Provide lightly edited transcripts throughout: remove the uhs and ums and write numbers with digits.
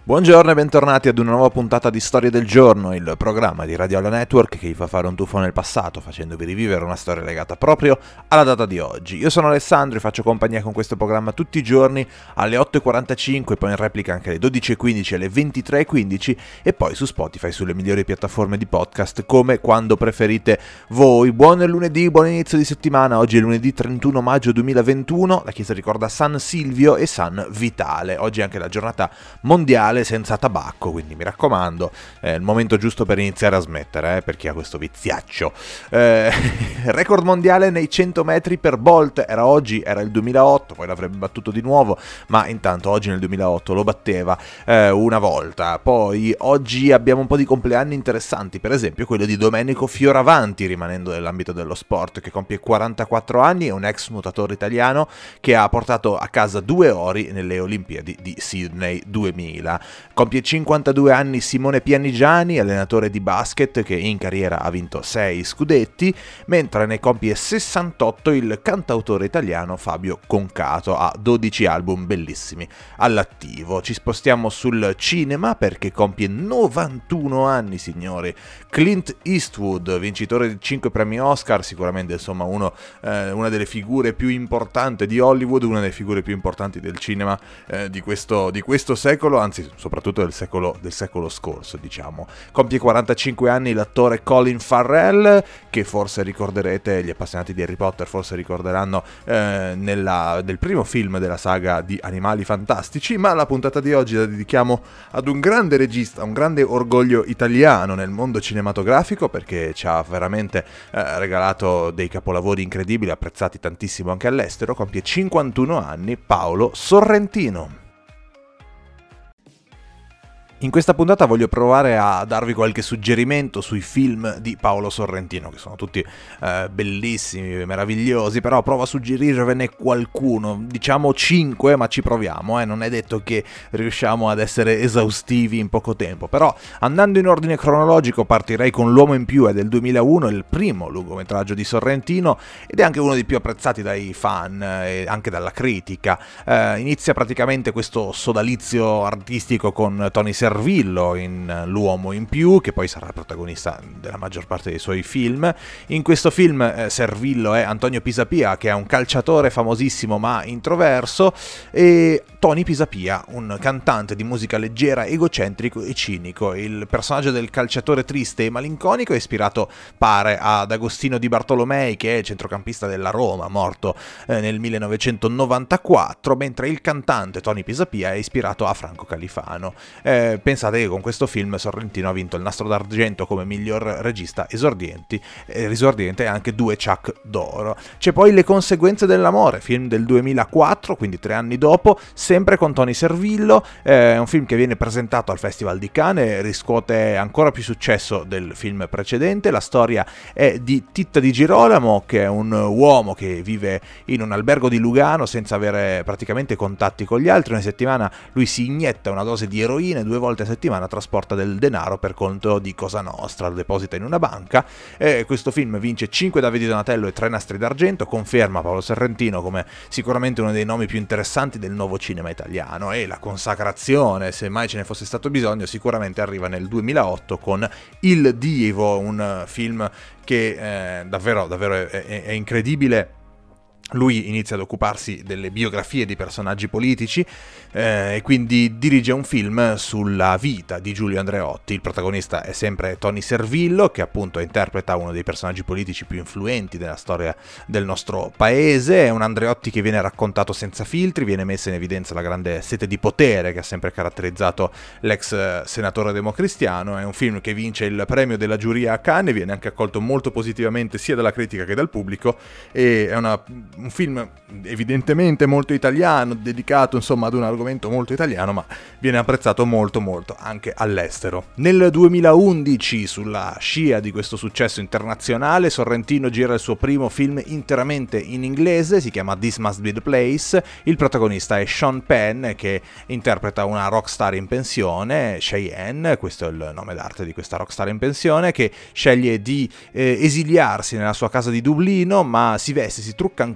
Buongiorno e bentornati ad una nuova puntata di Storie del Giorno, il programma di Radio Alla Network che vi fa fare un tuffo nel passato, facendovi rivivere una storia legata proprio alla data di oggi. Io sono Alessandro e faccio compagnia con questo programma tutti i giorni alle 8.45, poi in replica anche alle 12.15 e alle 23.15 e poi su Spotify, sulle migliori piattaforme di podcast, come quando preferite voi. Buon lunedì, buon inizio di settimana. Oggi è lunedì 31 maggio 2021, la chiesa ricorda San Silvio e San Vitale. Oggi è anche la giornata mondiale senza tabacco, quindi mi raccomando, è il momento giusto per iniziare a smettere, per chi ha questo viziaccio. Record mondiale nei 100 metri per Bolt, era il 2008, poi l'avrebbe battuto di nuovo, ma intanto oggi nel 2008 lo batteva una volta. Poi oggi abbiamo un po' di compleanni interessanti, per esempio quello di Domenico Fioravanti, rimanendo nell'ambito dello sport, che compie 44 anni, è un ex nuotatore italiano che ha portato a casa 2 ori nelle Olimpiadi di Sydney 2000. Compie 52 anni Simone Pianigiani, allenatore di basket che in carriera ha vinto 6 scudetti, mentre ne compie 68 il cantautore italiano Fabio Concato, ha 12 album bellissimi all'attivo. Ci spostiamo sul cinema perché compie 91 anni, signori, Clint Eastwood, vincitore di 5 premi Oscar, sicuramente insomma una delle figure più importanti di Hollywood, una delle figure più importanti del cinema di questo secolo, anzi soprattutto del secolo scorso, diciamo. Compie 45 anni l'attore Colin Farrell, che forse ricorderete, gli appassionati di Harry Potter forse ricorderanno del primo film della saga di Animali Fantastici, ma la puntata di oggi la dedichiamo ad un grande regista, un grande orgoglio italiano nel mondo cinematografico, perché ci ha veramente regalato dei capolavori incredibili, apprezzati tantissimo anche all'estero. Compie 51 anni Paolo Sorrentino. In questa puntata voglio provare a darvi qualche suggerimento sui film di Paolo Sorrentino, che sono tutti bellissimi, meravigliosi, però provo a suggerirvene qualcuno, diciamo 5, ma ci proviamo, non è detto che riusciamo ad essere esaustivi in poco tempo. Però andando in ordine cronologico partirei con L'uomo in più, è del 2001, il primo lungometraggio di Sorrentino ed è anche uno dei più apprezzati dai fan e anche dalla critica. Inizia praticamente questo sodalizio artistico con Tony Servillo in L'uomo in più, che poi sarà protagonista della maggior parte dei suoi film. In questo film Servillo è Antonio Pisapia, che è un calciatore famosissimo ma introverso, e Tony Pisapia, un cantante di musica leggera, egocentrico e cinico. Il personaggio del calciatore triste e malinconico è ispirato, pare, ad Agostino Di Bartolomei, che è centrocampista della Roma, morto nel 1994, mentre il cantante Tony Pisapia è ispirato a Franco Califano. Pensate che con questo film Sorrentino ha vinto il Nastro d'Argento come miglior regista esordiente e anche 2 Chuck d'Oro. C'è poi Le conseguenze dell'amore, film del 2004, quindi 3 anni dopo, sempre con Tony Servillo. È un film che viene presentato al Festival di Cannes e riscuote ancora più successo del film precedente. La storia è di Titta di Girolamo, che è un uomo che vive in un albergo di Lugano senza avere praticamente contatti con gli altri. Una settimana lui si inietta una dose di eroina e 2 volte a settimana trasporta del denaro per conto di Cosa Nostra, lo deposita in una banca. Questo film vince 5 Davide Donatello e 3 Nastri d'Argento, conferma Paolo Sorrentino come sicuramente uno dei nomi più interessanti del nuovo cinema italiano, e la consacrazione, se mai ce ne fosse stato bisogno, sicuramente arriva nel 2008 con Il Divo, un film che davvero è incredibile. Lui inizia ad occuparsi delle biografie di personaggi politici e quindi dirige un film sulla vita di Giulio Andreotti. Il protagonista è sempre Tony Servillo, che appunto interpreta uno dei personaggi politici più influenti della storia del nostro paese. È un Andreotti che viene raccontato senza filtri, viene messa in evidenza la grande sete di potere che ha sempre caratterizzato l'ex senatore democristiano. È un film che vince il premio della giuria a Cannes, viene anche accolto molto positivamente sia dalla critica che dal pubblico, e è un film evidentemente molto italiano, dedicato insomma ad un argomento molto italiano, ma viene apprezzato molto anche all'estero. Nel 2011, sulla scia di questo successo internazionale, Sorrentino gira il suo primo film interamente in inglese, si chiama This Must Be the Place. Il protagonista è Sean Penn, che interpreta una rockstar in pensione, Cheyenne, questo è il nome d'arte di questa rockstar in pensione, che sceglie di esiliarsi nella sua casa di Dublino, ma si veste, si trucca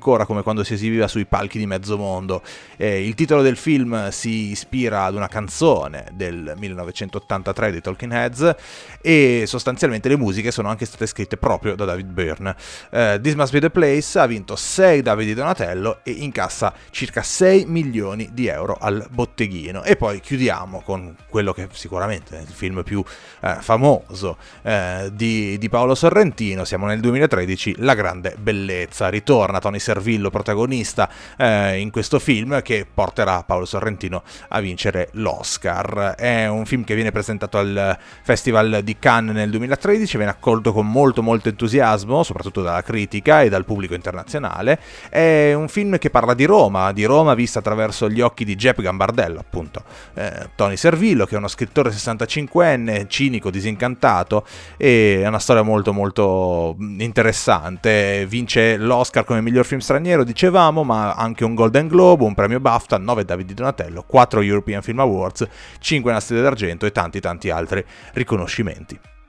ancora come quando si esibiva sui palchi di mezzo mondo. Il titolo del film si ispira ad una canzone del 1983 dei Talking Heads e sostanzialmente le musiche sono anche state scritte proprio da David Byrne. This Must Be the Place ha vinto 6 David di Donatello e incassa circa 6 milioni di euro al botteghino. E poi chiudiamo con quello che sicuramente è il film più famoso di Paolo Sorrentino. Siamo nel 2013, La Grande Bellezza. Ritorna Tony Servillo protagonista in questo film che porterà Paolo Sorrentino a vincere l'Oscar. È un film che viene presentato al Festival di Cannes nel 2013, viene accolto con molto entusiasmo, soprattutto dalla critica e dal pubblico internazionale. È un film che parla di Roma vista attraverso gli occhi di Jep Gambardello, appunto Tony Servillo, che è uno scrittore 65enne, cinico, disincantato, e è una storia molto interessante. Vince l'Oscar come miglior film straniero, dicevamo, ma anche un Golden Globe, un premio BAFTA, 9 David di Donatello, 4 European Film Awards, 5 Nastri d'Argento e tanti altri riconoscimenti.